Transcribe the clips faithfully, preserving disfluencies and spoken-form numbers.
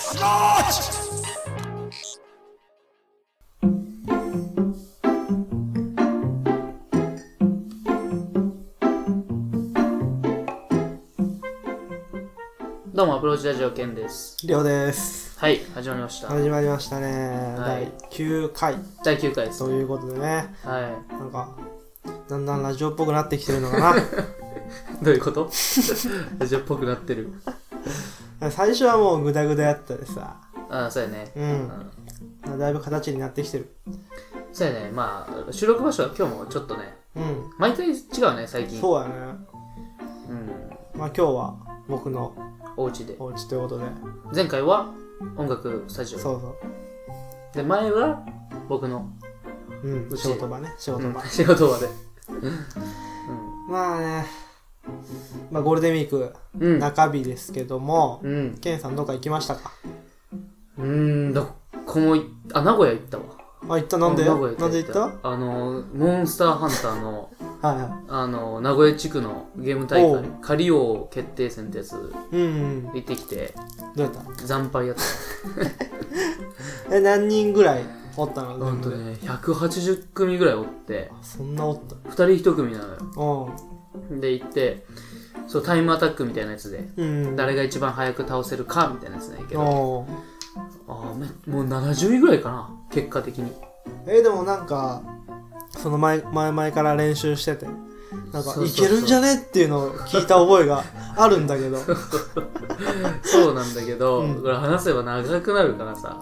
どうもアプローチラジオケンです。 りょうです。 はい、始まりました。 始まりましたね、はい、だいきゅうかいだいきゅうかいです、 ということでね、 はい、 なんかだんだんラジオっぽくなってきてるのかなどういうことラジオっぽくなってる最初はもうグダグダやったでさ、 ああそうやね、 うん、うん、だいぶ形になってきてる。 そうやね、まあ収録場所は今日もちょっとね、うん、毎回違うね最近。 そうやね、うん、まあ今日は僕のお家で、 お家ということで、 前回は音楽スタジオ、 そうそうで前は僕の、 うん、仕事場ね、仕事場、 うん、仕事場で、うん、 まあね、まあゴールデンウィーク、うん、中日ですけども、うん、ケンさんどっか行きましたか？ うーん、どこもいあ名古屋行ったわ。 あ、行った。なんで？なんで行った？ あのモンスターハンターのはいはい、あの名古屋地区のゲーム大会カリオ決定戦ってやつ、うんうん、行ってきて、 どうやった？ 惨敗やったえ、何人ぐらいおったの？ ほんとねひゃくはちじゅっくみぐらいおって、 そんなおった？ ふたりいち組なのよ。で行ってそうタイムアタックみたいなやつで、うん、誰が一番早く倒せるかみたいなやつなんやけど、あもうななじゅういぐらいかな結果的に。 えー、でもなんかその前前々から練習してて、なんかいけるんじゃねっていうのを聞いた覚えがあるんだけどそうなんだけど、うん、これ話せば長くなるからさ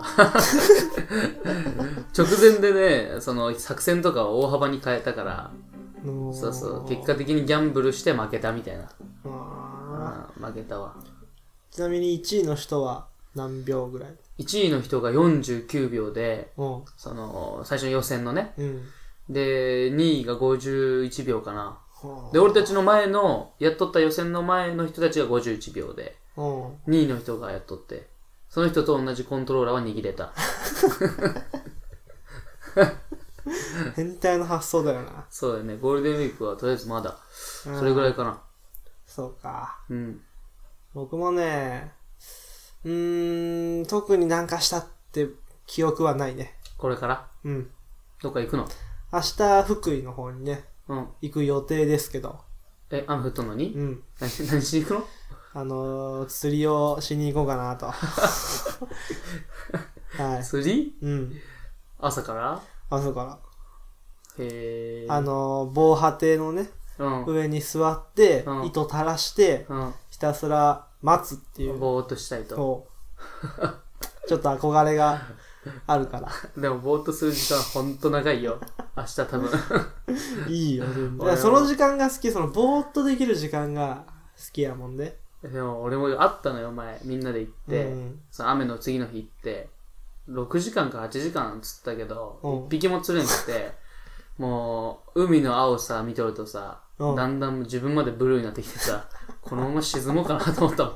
直前でねその作戦とかを大幅に変えたから、そうそう結果的にギャンブルして負けたみたいな。ああ負けたわ。 ちなみにいちいの人は何秒ぐらい？ いちいの人がよんじゅうきゅうびょうで、その最初の予選のね、うん、でにいがごじゅういちびょうかな。で俺たちの前のやっとった予選の前の人たちがごじゅういちびょうで、にいの人がやっとって、その人と同じコントローラーは握れた変態の発想だよな。 そうだよね。ゴールデンウィークはとりあえずまだそれぐらいかな。 そうか、 うん、 僕もねうーん特になんかしたって記憶はないね。 これから、うん、どっか行くの？ 明日福井の方にね、うん、行く予定ですけど。 え、雨降っとんのに？うん。何, 何しに行くの？ あのー、釣りをしに行こうかなと。 はい。釣り？ うん。朝から？ 朝から。 へー。 あのー、防波堤のね、うん、上に座って、うん、糸垂らして、うん、ひたすら待つっていう。 ぼーっとしたいと。 そう。ちょっと憧れがあるから。 でもぼーっとする時間ほんと長いよ。明日多分。 いいよ。その時間が好き。そのぼーっとできる時間が好きやもんで。 でも俺もあったのよ前。みんなで行って、うん、その雨の次の日行って、ろくじかんかはちじかん釣ったけど、うん、いっぴきも釣れなくて、もう海の青さ見とるとさ、うん、だんだん自分までブルーになってきてさ、このまま沈もうかなと思ったもん。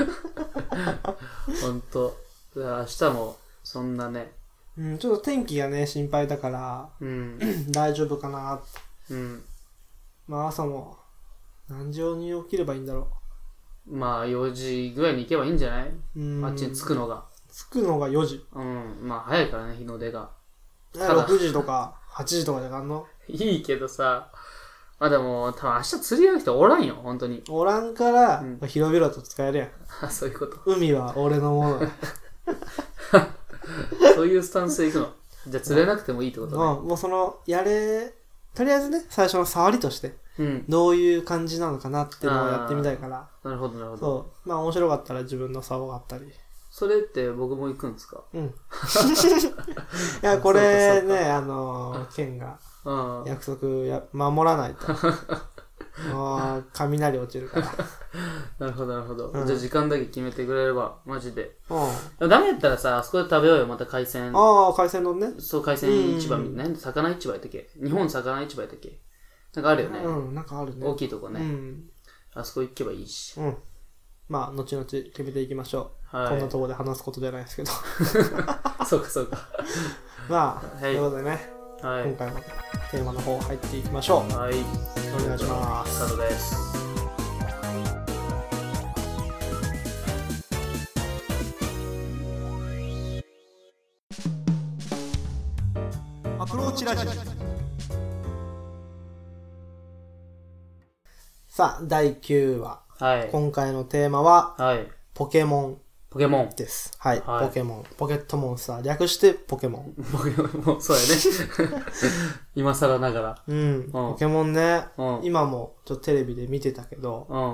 ほんと。明日もそんなね、 うん、ちょっと天気がね心配だから、うん、大丈夫かな。うん。まあ朝も何時に起きればいいんだろう。まあよじぐらいに行けばいいんじゃない？うん。あっちに着くのが。 着くのがよじ。 うん。まあ早いからね日の出が。 ろくじとかはちじとかじゃがんの？ いいけどさ。まあでも多分明日釣りやる人おらんよ本当に。 おらんから、うん、広々と使えるやん。 あそういうこと。 海は俺のものだ。 そういうスタンスで行くの。じゃあ釣れなくてもいいってことね。 うん、もうそのやれとりあえずね最初の触りとして、うん、どういう感じなのかなっていうのをやってみたいから。 なるほどなるほど。 そうまあ面白かったら自分の竿があったり。 それって僕も行くんですか？うん。いやこれねあのケンが約束や守らないと。ああ雷落ちるから。 なるほどなるほど、うん、じゃあ時間だけ決めてくれればマジで、うん、ダメやったらさあそこで食べようよまた海鮮。 ああ海鮮丼ね。 そう海鮮市場みたいな魚市場やったっけ？日本魚市場やったっけ？なんかあるよね。 うんなんかあるね。 大きいとこね、うん、あそこ行けばいいし、うん、 まあ後々決めていきましょう、はい、こんなところで話すことじゃないですけど。 そうかそうか。 まあ、はい、ということでね、はい、今回もテーマの方入っていきましょう。はいお願いします。 スタートです。 アプローチラジオ。さあ、だいきゅうわ。はい。今回のテーマは、はい。ポケモン。 ポケモン。 です。はい。はい、ポケモン。ポケットモンスター。略してポケモン。 ポケモン、そうやね。今更ながら。 うん。うん、ポケモンね、うん。今もちょっとテレビで見てたけど、うん。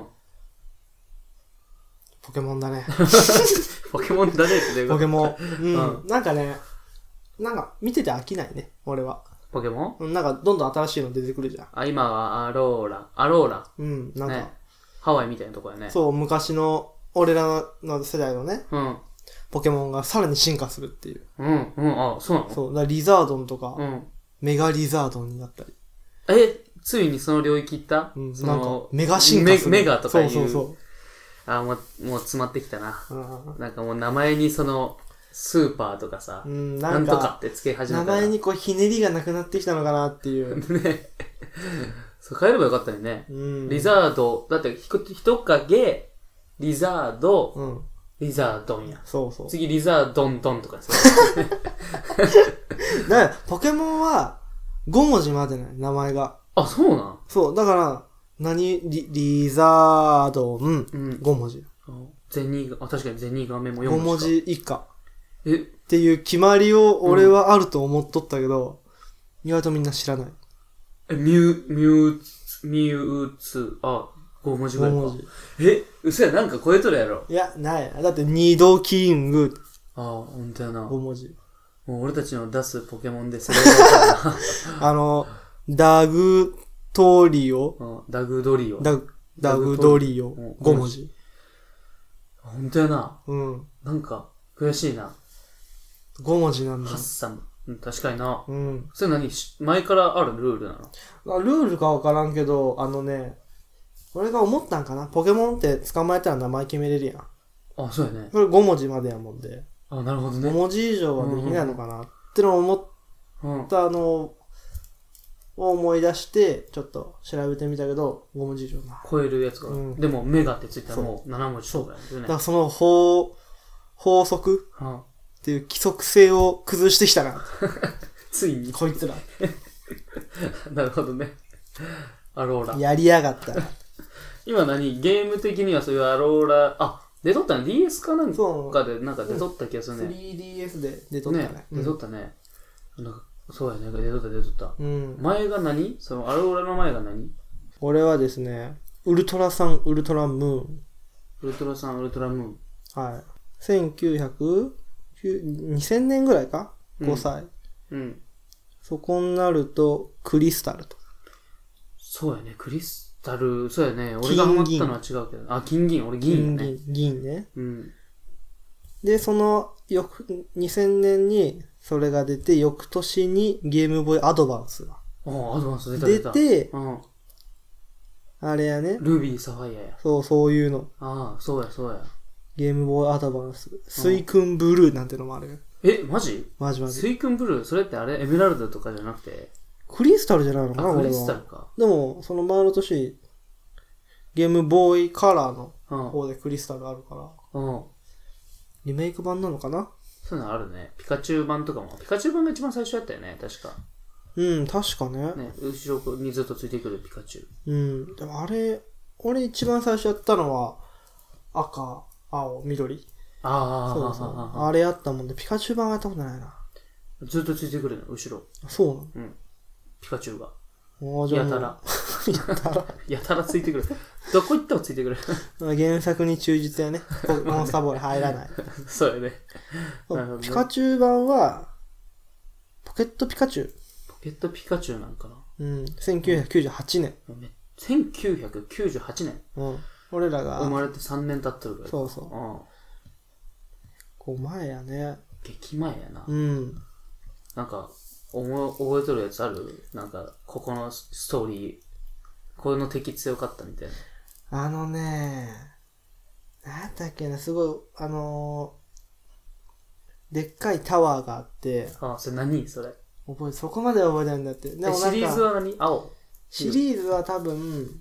ポケモンだね。 ポケモンだねってポケモン。うん。うん、なんかね、なんか見てて飽きないね、俺は。 ポケモンなんかどんどん新しいの出てくるじゃん。 あ、今はアローラ。アローラ。 うん、なんか、 ね。ハワイみたいなとこやね。 そう、昔の、俺らの世代のね、うん、ポケモンがさらに進化するっていう。 うん、うん、あ、そうなの？ そう、だリザードンとか、うん、メガリザードンになったり。 え、ついにその領域行った？ うん、なんか、メガ進化する。 メガとかいう。 そうそうそう。 あ、もう、もう詰まってきたな。なんかもう名前にその、スーパーとかさ、うん、なんか、なんとかって付け始めたら。 名前にこう、ひねりがなくなってきたのかなっていう。ね。 そう、変えればよかったよね。うん、リザード、だって、ひと影、リザード、うん、リザードンや。 そうそう。 次、リザードンドンとかですよ。だから、ポケモンはごもじまでない、名前が。 あ、そうなん？ そう、だから、何、リ、リザードン、うん、ごもじ。 ゼニーが、あ、確かにゼニー画面もよんもじ。ごもじ以下。えっていう決まりを俺はあると思っとったけど、うん、意外とみんな知らない。 え、ミュウ、ミュウ、ミュウツ、あ、ごもじぐらいか。ごもじ。え、嘘や、なんか超えとるやろ。 いや、ない。だって、二度キング。 ああ、ほんとやな。 ごもじ。 もう俺たちの出すポケモンでそれが分かるな。あの、ダグトリオ。 うん、ダグドリオ。 ダグ、ダグドリオ。ごもじ。 ほんとやな。 うん。 なんか、悔しいな。 ごもじなんだ。 ハッサム。うん、確かにな。 うん。 それ何前からあるルールなの？ルールかわからんけど、あのね、俺が思ったんかな。ポケモンって捕まえたら名前決めれるやん。 あ、そうやね。 これごもじまでやもんで。 あ、なるほどね。 ごもじ以上はできないのかなってのを思ったのを思い出して、ちょっと調べてみたけど、ごもじ以上な。 超えるやつが。うん、でも、メガってついたらもうななもじ勝負やね。 だからその法、法則っていう規則性を崩してきたな。 ついに。 こいつら。 なるほどね。アローラ。 やりやがったな。 今何ゲーム的にはそういうアローラ、あ、出とったね。ディーエス かなんかでなんか出とった気がするね。 うん、スリーディーエス で出とったね。ね、 出とったね。なんかそうやね。出とった出とった。うん、前が何そのアローラの前が何？ 俺はですね、ウルトラサン、ウルトラムーン。 ウルトラサン、ウルトラムーン。 はい。せんきゅうひゃく、にせんねんぐらいか ?ご 歳。うん。うん、そこになると、クリスタルと。 そうやね。クリスタル、そうやね。俺がハマったのは違うけど。あ、金銀。俺銀やね。 銀、銀ね。うん。で、その、翌、にせんねんにそれが出て、翌年にゲームボーイアドバンスが。 ああ、アドバンス出た出た。 出て、うん。あれやね。 ルビー、サファイアや。 そう、そういうの。 ああ、そうや、そうや。 ゲームボーイアドバンス。スイクンブルーなんてのもあるよ。 え、マジ？ マジマジ。 スイクンブルーそれってあれエメラルドとかじゃなくてクリスタルじゃないのかな？ クリスタルか。 でも、その前の年、ゲームボーイカラーの方でクリスタルあるから。うん。リメイク版なのかな？ そういうのあるね。ピカチュウ版とかも。ピカチュウ版が一番最初やったよね、確か。 うん、確かね。 ね、後ろにずっとついてくるピカチュウ。 うん。でもあれ、俺一番最初やったのは、赤、青、緑。 ああ、 そうそう。あれやったもんで、ピカチュウ版はやったことないな。 ずっとついてくるの、後ろ。 そうなの？ うん。ピカチュウが。 やたら。やたら。やたらついてくる。どこ行ってもついてくる。 原作に忠実やね。モンスターボール入らない。 そうやね。 ピカチュウ版は、ポケットピカチュウ。 ポケットピカチュウなんかな。 うん。せんきゅうひゃくきゅうじゅうはちねん。 せんきゅうひゃくきゅうじゅうはちねん。 うん。俺らが。 生まれてさんねん経ってるから。 そうそう。うん。こう前やね。 激前やな。 うん。 なんか、覚えとるやつある？なんか、ここのストーリー、この敵強かったみたいな。あのね、なんだっけな、すごい、あのー、でっかいタワーがあって。 ああ、それ何それ。 覚え、そこまでは覚えてないんだって。 でもシリーズは何？青。 シリーズは多分、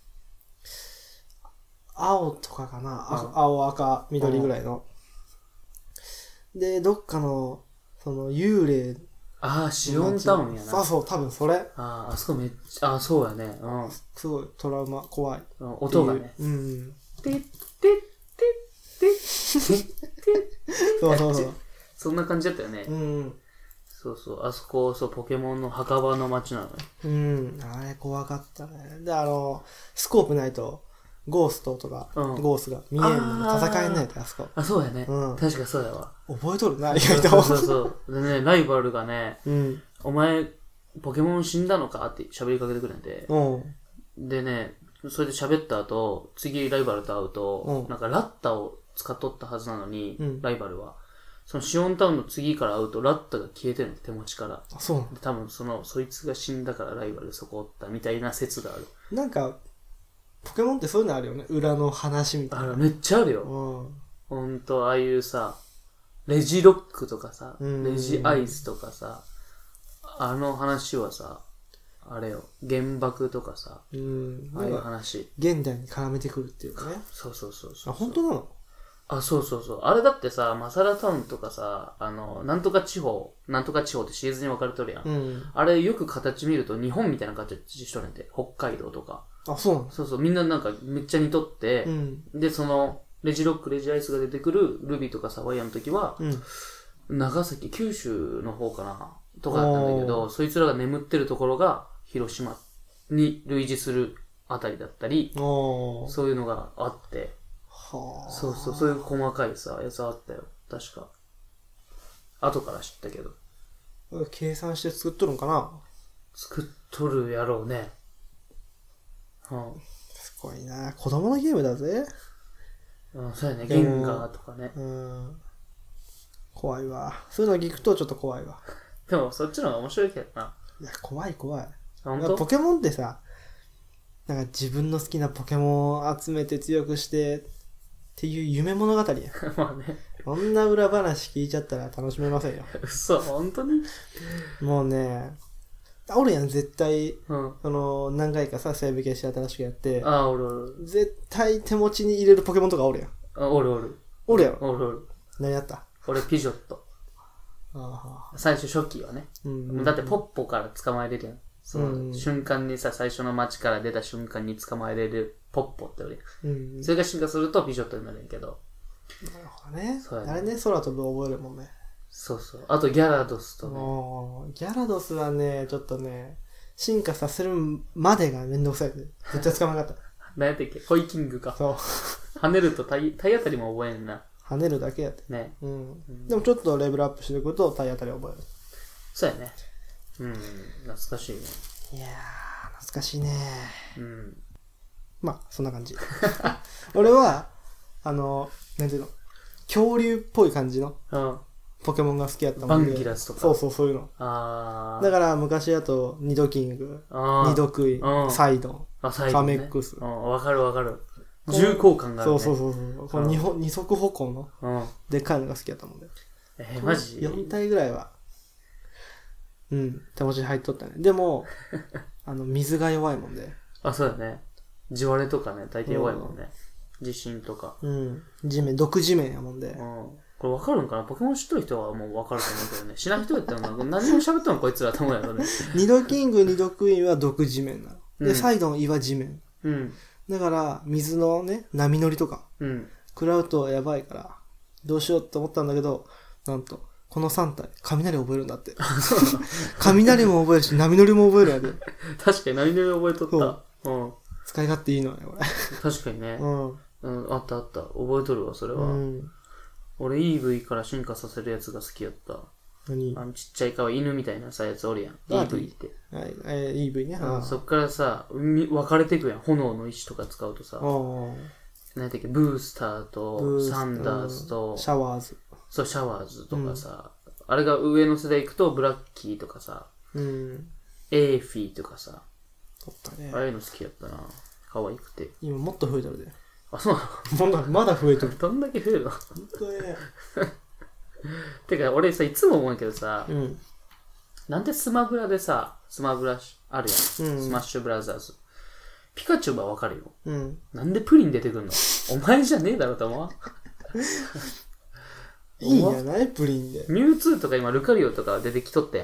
青とかかな。あ青、赤、緑ぐらいの。で、どっかの、その、幽霊ああ、シオンタウンやな。 そうそう、多分それ。 ああ、あそこめっちゃ、ああ、そうやね。うん。 すごいトラウマ、怖い。 音がね。 うん。 てってってってってって。そうそうそう。そんな感じだったよね。うん。そうそう。あそこ、そう、ポケモンの墓場の街なのね。 うん。あれ怖かったね。で、あの、スコープないと、ゴーストとか、うん、ゴースが見えんの戦えないとあそこ。 あ、そうやね。うん、確かそうやわ。 覚えとるな、意外と。 そうそうそう。でね、ライバルがね、うん、お前、ポケモン死んだのかって喋りかけてくれて。うん、でね、それで喋った後、次ライバルと会うと、うん、なんかラッタを使っとったはずなのに、うん、ライバルは。そのシオンタウンの次から会うとラッタが消えてるの、手持ちから。 あ、そう。 で多分その、そいつが死んだからライバルそこおったみたいな説がある。 なんか、ポケモンってそういうのあるよね。裏の話みたいな。 あめっちゃあるよ。うん。ほんと、ああいうさ、レジロックとかさ、レジアイスとかさ、あの話はさ、あれよ、原爆とかさ、うん、ああいう話。 現代に絡めてくるっていうかね。 そうそうそうそう。 あ、本当なの？ あ、そうそうそう。あれだってさ、マサラタウンとかさ、あの、なんとか地方、なんとか地方ってシーズンに分かれとるやん。うん、あれよく形見ると日本みたいな形しとるんで、北海道とか。 あ、そうなの？ そうそう、みんななんかめっちゃ似とって、うん、で、その、レジロック、レジアイスが出てくるルビーとかサファイアの時は、うん、長崎、九州の方かなとかだったんだけど、そいつらが眠ってるところが広島に類似するあたりだったり、そういうのがあって、はあ、そうそう、そういう細かいさ、やつあったよ。確か。後から知ったけど。 計算して作っとるんかな？ 作っとるやろうね。 はあ、すごいな。子供のゲームだぜ。 うん、そうやね。ゲンガーとかね。 うん。怖いわ。そういうの聞くとちょっと怖いわ。 でもそっちの方が面白いけどな。 いや、怖い怖い。 本当？ ポケモンってさ、なんか自分の好きなポケモンを集めて強くしてっていう夢物語や。 まあね。 こんな裏話聞いちゃったら楽しめませんよ。 嘘、本当に？ もうね、おるやん、絶対、うん、その何回かさ、セーブ消して新しくやって、 ああ、おるおる。 絶対手持ちに入れるポケモンとかおるやん。 あ、おるおる。 おるやろ。 おるおる。 何やった？ 俺、ピジョット。あ最初初期はね、うんうんうん。だってポッポから捕まえれるやん。その瞬間にさ、最初の街から出た瞬間に捕まえれるポッポっておるやん。うんうん、それが進化するとピジョットになるんやけど。 なるほどね。そうやね。あれね、空飛ぶ覚えるもんね。 そうそう。あとギャラドスとね。 ギャラドスはね、ちょっとね、進化させるまでがめんどくさいで。絶対捕まなかった。 何やったっけ？ホイキングか。そう。跳ねると体、体当たりも覚えんな。 跳ねるだけやって。ね。うん。うん、でもちょっとレベルアップしていくと体当たり覚える。 そうやね。うん。懐かしいね。 いやー、懐かしいね。うん。まあ、そんな感じ。俺は、あの、なんていうの、恐竜っぽい感じのポケモンが好きやったもんで。 バンギラスとか。 そうそう、そういうの。あだから昔だと、ニドキング、ニドクイ、サイドン、 あサイドン、ね、カメックス。 わかるわかる。重厚感がある、ね。 そうそうそうそう。この 2, 二足歩行の、でっかいのが好きやったもんで。 えー、マジ ?よん 体ぐらいは、うん、手持ちに入っとったね。でも、あの、水が弱いもんで。 あ、そうだね。地割れとかね、大抵弱いもんね。うん、地震とか。 うん。地面、毒地面やもんで。うん。 これ分かるんかな？ポケモン知っとる人はもう分かると思うけどね。知らん人やったら何も喋ったのこいつらと思うやろね。 ニドキング、ニドクイーンは毒地面なの。で、うん、サイドン、岩地面。うん。だから、水のね、波乗りとか。うん。食らうとやばいから、どうしようって思ったんだけど、なんと、このさん体、雷覚えるんだって。雷も覚えるし、波乗りも覚えるやで。 確かに波乗り覚えとった。うん。 使い勝手いいのね、これ。 確かにね。うん。うん、あったあった。覚えとるわ、それは。うん、俺 イーブイ から進化させるやつが好きやった。何？あのちっちゃいかわ犬みたいなさ、やつおるやん。イーブイ って。 はい、えー、イーブイ ね。 うん、そっからさ、分かれていくやん。炎の石とか使うとさ。何だっけ、ブースターと、サンダースと、 シャワーズ。 そう、シャワーズとかさ、うん、あれが上の世代行くと、ブラッキーとかさ、うん、エーフィーとかさ、 撮ったね。 ああいうの好きやったな。可愛くて。 今もっと増えてるで。 あ、そうなの？まだ増えてる。 どんだけ増えるの？ 本当ね。 てか、俺さ、いつも思うけどさ、うん、なんでスマブラでさ、スマブラあるやん。うん、スマッシュブラザーズ。ピカチュウはわかるよ。うん、なんでプリン出てくんの？お前じゃねえだろと思う。 いいんじゃないプリンで。 ミュウツーとか今ルカリオとか出てきとったやん。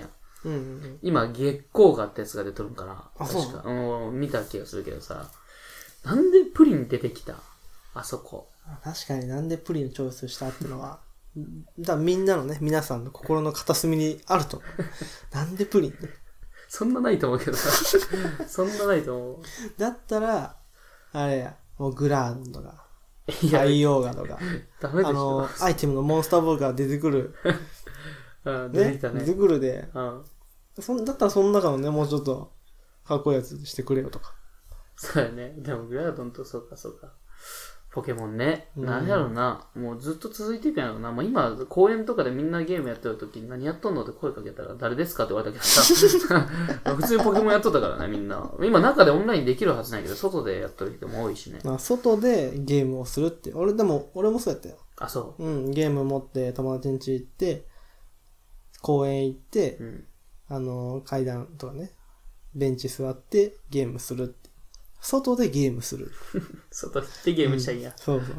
うんうん、 今、月光河ってやつが出とるんかな。 あ、 確か。うん、見た気がするけどさ。なんでプリン出てきたあそこ。 確かになんでプリンをチョイスしたっていうのは、だからみんなのね、皆さんの心の片隅にあると。なんでプリンそんなないと思うけどさ。そんなないと思う。 だったら、あれや、もうグランドが、太陽ガとか、 ダメでしょ。 あの、アイテムのモンスターボールから出てくる。 うん、出てきたね。 出てくるで、 うん。 そんだったらその中のね、もうちょっと、かっこいいやつしてくれよとか。 そうやね。でもグラドンとそうかそうか。ポケモンね。なんやろうな。もうずっと続いていくんやろうな。まあ、今、公園とかでみんなゲームやってる時に何やっとんのって声かけたら誰ですかって言われたけどさ。普通にポケモンやっとったからね、みんな。今中でオンラインできるはずないけど、外でやっとる人も多いしね。 まあ、外でゲームをするって。俺でも、俺もそうやったよ。 あ、そう。 うん、ゲーム持って友達ん家行って、公園行って、うん、あの、階段とかね、ベンチ座ってゲームするって。外でゲームする。 外行ってゲームしたいんや。 うん、そうそう。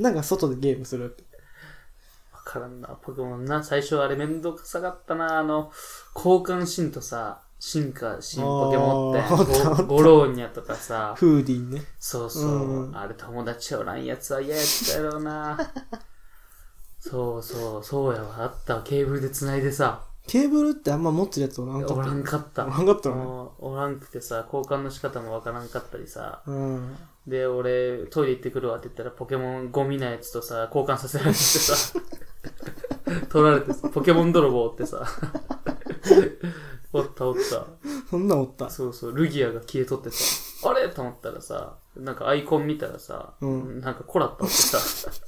なんか外でゲームするって。 わからんな、ポケモンな。最初あれめんどくさかったな。あの、交換シンとさ、進化、新ポケモンって、ゴローニャとかさ。 フーディーね。 そうそう。うん、あれ友達おらんやつは嫌やったやろうな。そうそう、そうやわ。あったわ。ケーブルで繋いでさ。 ケーブルってあんま持ってるやつおらんかった。 おらんかった。 おらんかったね。 おらんくてさ、交換の仕方もわからんかったりさ。 うん、 で、俺、トイレ行ってくるわって言ったら、ポケモンゴミなやつとさ、交換させられてさ、取られてさ、ポケモン泥棒ってさ、おったおった。 そんなおった。 そうそう、ルギアが消えとってさ、あれと思ったらさ、なんかアイコン見たらさ、うん、なんかコラッとおってさ、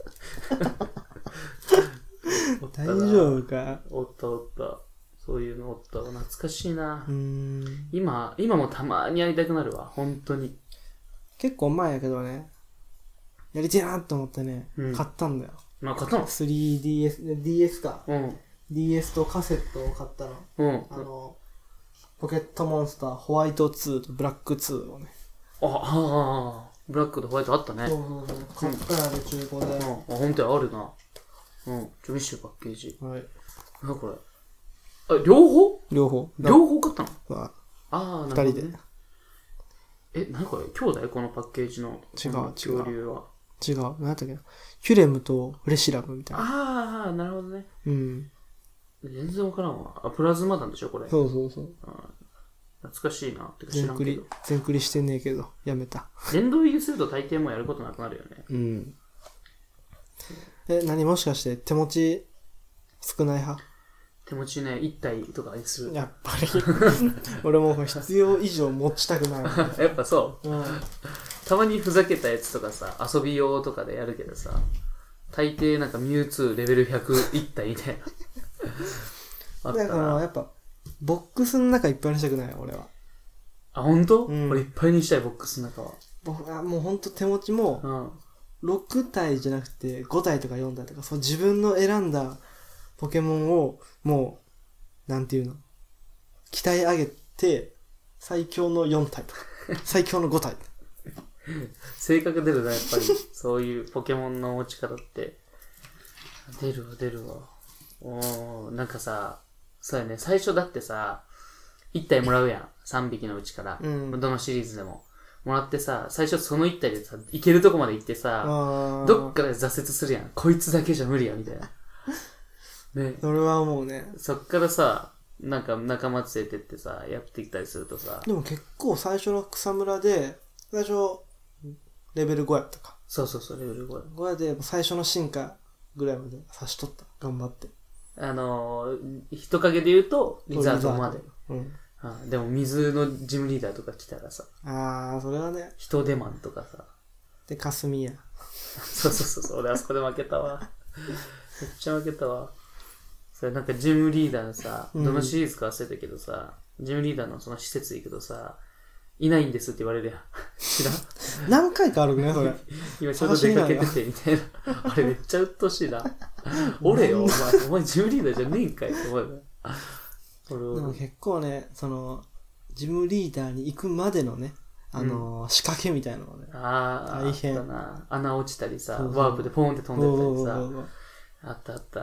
大丈夫か。 おったおった。そういうのおったわ。懐かしいな。 うーん今、今もたまにやりたくなるわ。本当に。 結構前やけどね、やりてえなと思ってね、うん、買ったんだよ。 まあ、買ったのスリーディーエス、ディーエス か。 うん。 ディーエス とカセットを買ったの。 うん。 あの、ポケットモンスターホワイトツーとブラックツーをね。 あ、ああ、ブラックとホワイトあったね。 そうそうそう。買ったらね、中古で。 うん。あ、本当や、あるな。うん。ちょ、見してパッケージ。 はい。 なこれ。あ、両方両方。 両方買ったのああ、 なるほど、ね。二人で。 え、なにこれ兄弟このパッケージの。 違う、 恐竜は。 違う。何だったっけな。キュレムとレシラムみたいな。 ああ、なるほどね。 うん。 全然わからんわ。あ、プラズマ弾でしょこれ。 そうそうそう。 懐かしいな。てか知らんけど。全クリ、全クリしてんねえけど、やめた。 連動入りすると大抵もうやることなくなるよね。 うん。え、何もしかして手持ち少ない派？ 手持ちね、いち体とかにする。 やっぱり。俺も必要以上持ちたくない。 やっぱそう、 うん。 たまにふざけたやつとかさ、遊び用とかでやるけどさ、大抵なんかミュウツーレベルひゃくいち体みたいな。あったな。 だからやっぱ、ボックスの中いっぱいにしたくない、俺は。 あ、ほんと？ うん。 俺いっぱいにしたい、ボックスの中は。 僕はもうほんと手持ちも、うん。ろく体じゃなくてご体とかよん体とか、そう自分の選んだポケモンをもう、なんていうの、鍛え上げて、最強のよん体とか、最強のご体。 性格出るな、やっぱり。そういうポケモンの持ち方って。出るわ、出るわ。おー、なんかさ、そうやね、最初だってさ、いち体もらうやん。さんびきのうちから。うん、どのシリーズでも。もらってさ、最初そのいち体でさ、行けるとこまで行ってさ、どっかで挫折するやん。こいつだけじゃ無理や、みたいな。ね。 それはもうね。 そっからさ、なんか仲間連れてってさ、やってきたりするとさ。 でも結構最初の草むらで、最初、レベルごやったか。 そうそうそう、レベルごや。 ごやで、最初の進化ぐらいまで差し取った。頑張って。 あのー、人影で言うと、リザードまで。 うん。 ああでも水のジムリーダーとか来たらさ。 ああ、それはね。 人手マンとかさ。 で、霞や。 そうそうそう、俺あそこで負けたわ。めっちゃ負けたわ。それなんかジムリーダーのさ、どのシリーズか忘れたけどさ、うん、ジムリーダーのその施設行くとさ、いないんですって言われるやん。知らん？ 何回かあるね、それ。 今ちょうど出かけててみたいな。あれめっちゃ鬱陶しいな。俺よ、お前、お前ジムリーダーじゃねえんかいって思うよ。 でも結構ね、その、ジムリーダーに行くまでのね、あのーうん、仕掛けみたいなのね。 ああ、 大変。 あったな。穴落ちたりさ、そうそうワープでポーンって飛んでったりさ。あったあった。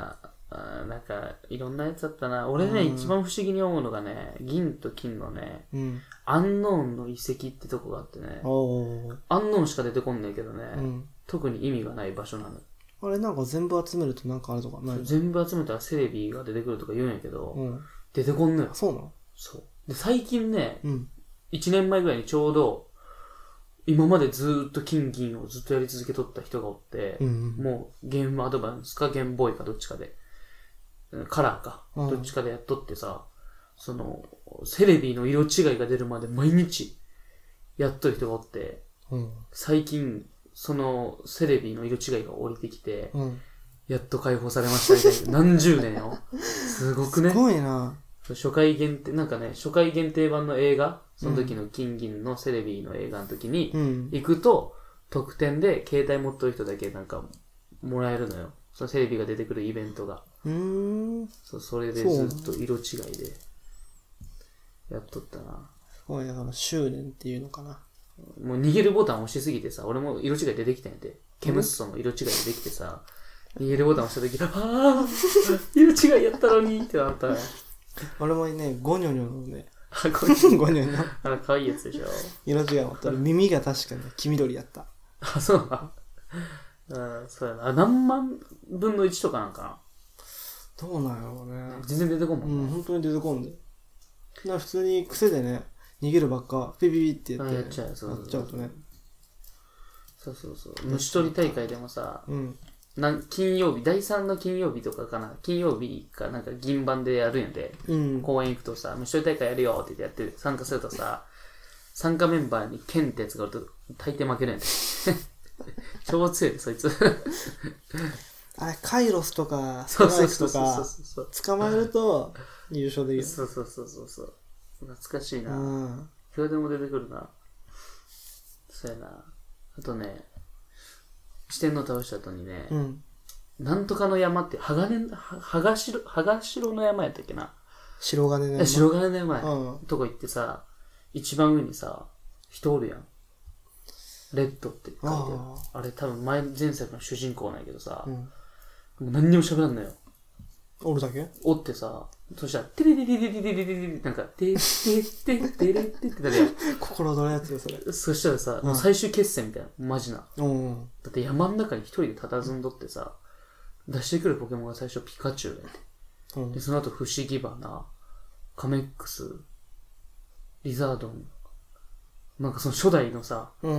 あなんかいろんなやつあったな。俺ね、うん、一番不思議に思うのがね、銀と金のね、うん、アンノーンの遺跡ってとこがあってね、アンノーンしか出てこんねんけどね、うん、特に意味がない場所なの。 あれなんか全部集めるとなんかあるとかない？ 全部集めたらセレビが出てくるとか言うんやけど、うん、出てこんのよ。 そうなの？ そう。で最近ね、うん、いちねんまえぐらいにちょうど今までずっと金銀をずっとやり続けとった人がおって、うんうん、もうゲームアドバンスかゲームボーイかどっちかで、カラーか、うん、どっちかでやっとってさ、そのセレビの色違いが出るまで毎日やっとる人がおって、うん、最近そのセレビの色違いが降りてきて、うん、やっと解放されましたみたいな。何十年よ。すごくね。 すごいな。 初回限定、なんかね、初回限定版の映画、その時の金銀のセレビの映画の時に、行くと、特典で携帯持ってる人だけなんか、もらえるのよ。そのセレビが出てくるイベントが。うーん。そう、それでずっと色違いで、やっとったな。 そう、だから執念っていうのかな。 もう逃げるボタン押しすぎてさ、俺も色違い出てきたんやて。ケムッソの色違いでできてさ、逃げるボタン押した時、あー色違いやったのにってなったら。 俺もね、ゴニョニョのね、 ゴニョゴニョニョ。 あの、可愛いやつでしょ。 色違いもあった。耳が確かに黄緑やった。 あ、そうな。うん、そうやな。何万分のいちとかなんかな。 どうなんやろうね。 全然出てこんもんね。うん、本当に出てこんで。な普通に癖でね、逃げるばっか、ピピピってやって、 やっちゃう、そうそうやっちゃうとね。 そうそうそう。虫取り大会でもさ、うん、なん金曜日、だいさんの金曜日とかかな、金曜日かなんか銀盤でやるんやで、うん、公園行くとさ、虫取り大会やるよって言ってやって参加するとさ、参加メンバーにケンってやつがおると大抵負けるんやで。超強いで、そいつ。 あれ、カイロスとか、ストライクとか、捕まえると優勝できる。 そうそうそうそうそう。懐かしいな。うん。今日でも出てくるな。そうやな。あとね、四天王倒した後にね、うん、なんとかの山って、鋼、はがしろ、はがしろの山やったっけな。 白金の山。 白金の山や。うん。とこ行ってさ、一番上にさ、人おるやん。レッドって書いてある。あれ多分前、前作の主人公なんやけどさ、うん、もう何にも喋らんのよ。 おるだけおってさ、そしたら、テレレレレレレレレレなんか、テテテテレテってなるやん。 心躍るやつよ、それ。 そしたらさ、もう最終決戦みたいな。マジな。うん、だって山の中に一人で佇んどってさ、出してくるポケモンが最初ピカチュウやね、うん。で、その後不思議花、カメックス、リザードン、なんかその初代のさ、うん、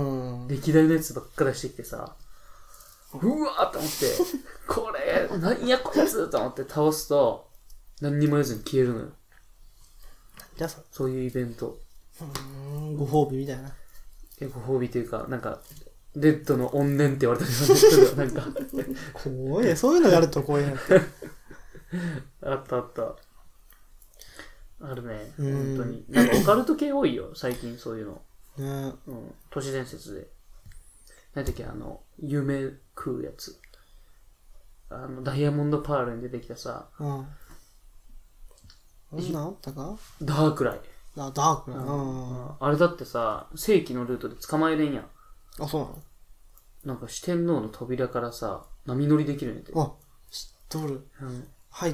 歴代のやつばっか出してきてさ、うわーと思って、これ、何やこいつと思って倒すと、何にも言わずに消えるのよ。 じゃあさ、 そういうイベント。 うーん、ご褒美みたいな。 ご褒美というか、なんか、レッドの怨念って言われたりするなんか。 怖い。そういうのやると怖いなって。 あったあった。あるね。本当に。なんかオカルト系多いよ、最近そういうの。ね、うん。都市伝説で。何だっけ、あの、夢食うやつ。あの、ダイヤモンドパールに出てきたさ。うん。 そんなんあったか？ ダークライ。 あ、ダークライ。うん。あれだってさ、正規のルートで捕まえれんやん。 あ、そうなの？ なんか四天王の扉からさ、波乗りできるんやて。 あ、知っとる。うん。入って、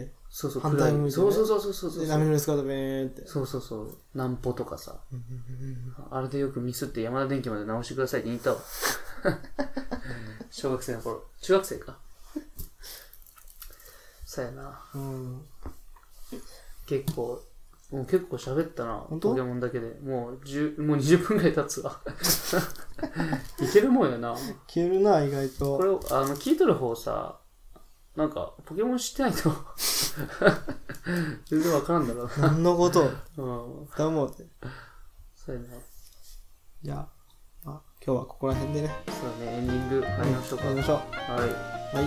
そうそう、 反対向いて、ね。 そうそうそうそうそうそう。 で、波乗り使うとべーって。 そうそうそう。南歩とかさ。あれでよくミスって山田電機まで直してくださいって言ったわ。小学生の頃。中学生か。そうやな。うん。結構、もう結構喋ったな。ポケモンだけで。もうじゅう、もうにじゅっぷんくらい経つわ。いけるもんやな。いけるな、意外と。 これ、あの、聞いとる方さ、なんか、ポケモン知ってないと全然わからんだろうな。何のことうん。だもうて。 そうやね。 じゃあ、まあ、今日はここら辺でね。 そうだね、エンディング入りましょうか。 入りましょう。 はい。 はい。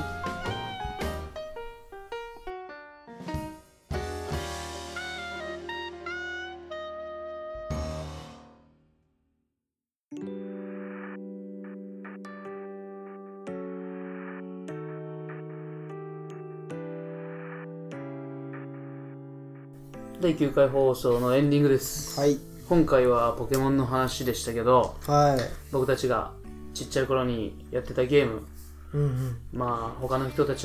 だいきゅうかい放送のエンディングです。 はい。 今回はポケモンの話でしたけど、 はい。 僕たちがちっちゃい頃にやってたゲーム、 うんうん、 まあ他の人たちも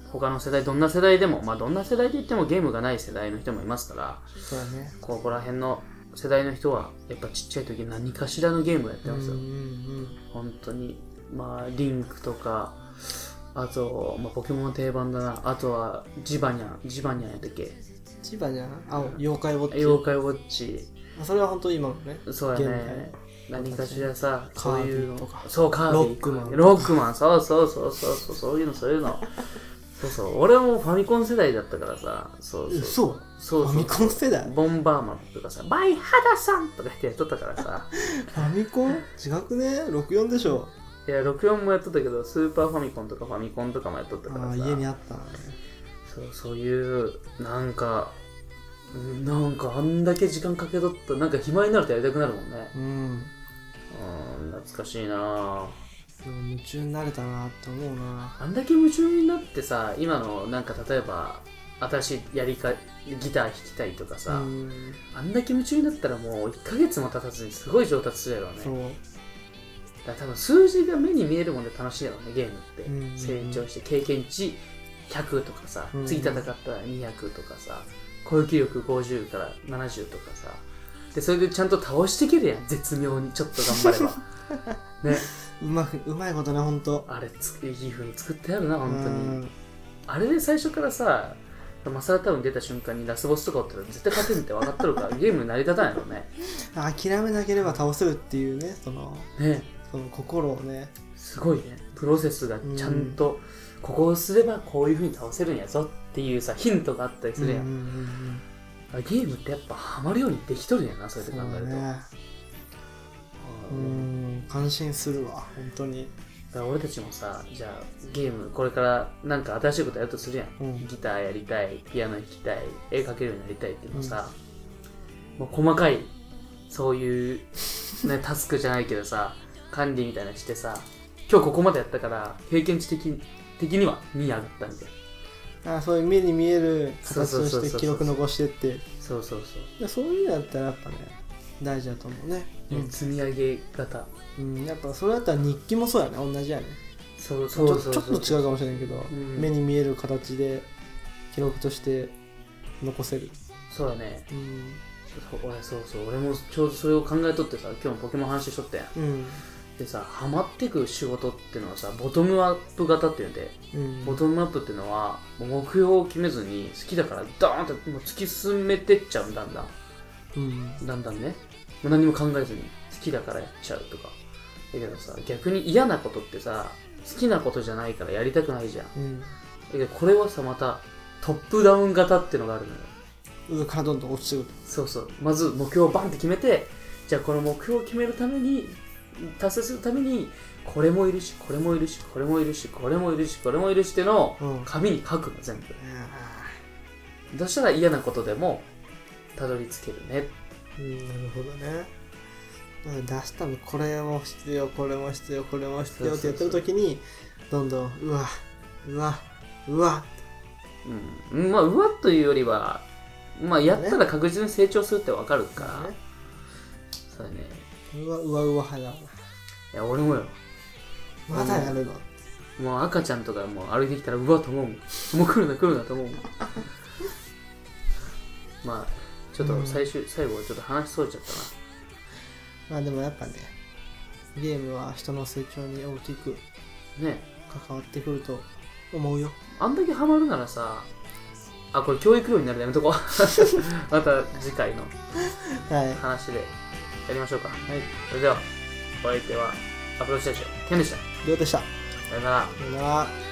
他の世代、どんな世代でも、まあどんな世代で言ってもゲームがない世代の人もいますから、 そうだね、 ここら辺の世代の人はやっぱちっちゃい時何かしらのゲームをやってますよ。うんうんうん、本当に。まあリンクとか、あと、まあ、ポケモンの定番だな。あとはジバニャン、ジバニャンやったっけ？ ジバニャン？あ、妖怪ウォッチ。 妖怪ウォッチ。 それは本当に今のね。 そうやね。何かしらさ、そういうのとか。 そう、カービィ。 ロックマン。 ロックマン、そうそうそうそうそう、そういうの、そういうの。そうそう、俺もファミコン世代だったからさ、そうそう。 そうそうそう、 ファミコン世代？ ボンバーマンとかさ、バイハダさんとかやっとったからさ。 ファミコン違くね？ろくじゅうよんでしょ。 いや、ろくじゅうよんもやっとったけど、スーパーファミコンとかファミコンとかもやっとったからさ。 あ、家にあったね。 そう、そういう、なんか、なんかあんだけ時間かけとった、なんか暇になるとやりたくなるもんね。うん。うん、懐かしいなぁ。 夢中になれたなって思うな。 あんだけ夢中になってさ、今のなんか例えば、新しいやりか、ギター弾きたいとかさ、あんだけ夢中になったらもういっかげつも経たずにすごい上達するやろうね。そう。だから多分数字が目に見えるもんで楽しいやろうね、ゲームって。うんうん、成長して経験値ひゃくとかさ、うんうん、次戦ったらにひゃくとかさ、攻撃力ごじゅうからななじゅうとかさ、でそれでちゃんと倒していけるやん、絶妙にちょっと頑張ればね、 うまくうまいことね、ほんとあれついい風に作ってやるな、本当に。あれで最初からさ、マサラタウン出た瞬間にラスボスとかおったら絶対勝てんって分かっとるからゲーム成り立たないのね。 諦めなければ倒せるっていうね、そのね、その心をね、 すごいね、プロセスがちゃんと、うん、ここをすればこういう風に倒せるんやぞっていうさ、ヒントがあったりするやん。うんうんうん、ゲームってやっぱハマるようにできとるんやな、そうやって考えると。ね、 うん、感心するわ、本当に。 だから俺たちもさ、じゃあゲームこれからなんか新しいことやるとするやん、うん、ギターやりたい、ピアノ弾きたい、絵描けるようになりたいっていうのさ、うん、もう細かいそういう、ね、タスクじゃないけどさ、管理みたいなしてさ、今日ここまでやったから経験値的的にはに上がったみたいな。あ、そういう目に見える形として記録残してって、 そうそうそう、 そういうのだったらやっぱね大事だと思うね、 うん、積み上げ型、 うん、やっぱそれだったら日記もそうやね、同じやね。 そうそうそうそう、 ちょ、ちょっと違うかもしれないけど、うん、目に見える形で記録として残せる。 そうだね、うん、俺そうそう、俺もちょうどそれを考えとってさ、今日もポケモン話しとったやん、うん、でさ、ハマってく仕事っていうのはさ、ボトムアップ型っていうんで、うん、ボトムアップっていうのは目標を決めずに好きだからドーンってもう突き進めてっちゃうんだんだん、うん、だんだんね、もう何も考えずに好きだからやっちゃうとか。だけどさ、逆に嫌なことってさ、好きなことじゃないからやりたくないじゃん、うん、だけどこれはさ、またトップダウン型っていうのがあるのよ。 上からどんどん落ちてくる。 そうそう、まず目標をバンって決めて、じゃあこの目標を決めるために、達成するためにこれもいるし、これもいるし、これもいるし、これもいるし、これもいるしってのを紙に書くの、全部、うん、そしたら嫌なことでもたどり着けるね。 うん、なるほどね。出したのこれも必要、これも必要、これも必要ってやってる時にどんどんうわうわうわ、 うん、まあうわというよりは、まあやったら確実に成長するって分かるから、ね、そうだね。 うわうわうわはや。いや俺もよ。 まだやるの。 もう赤ちゃんとかもう歩いてきたらうわと思うもん。もう来るな来るなと思うもん。まあちょっと最終、うん、最後はちょっと話しそうちゃったな。 まあでもやっぱね、ゲームは人の成長に大きくね関わってくると思うよ。 あんだけハマるならさ、あ、これ教育料になるのやめとこう。また次回の話でやりましょうか。はい。それではお相手はアプローチラジオケンでした。 りょうでした。 さよなら。 さよなら。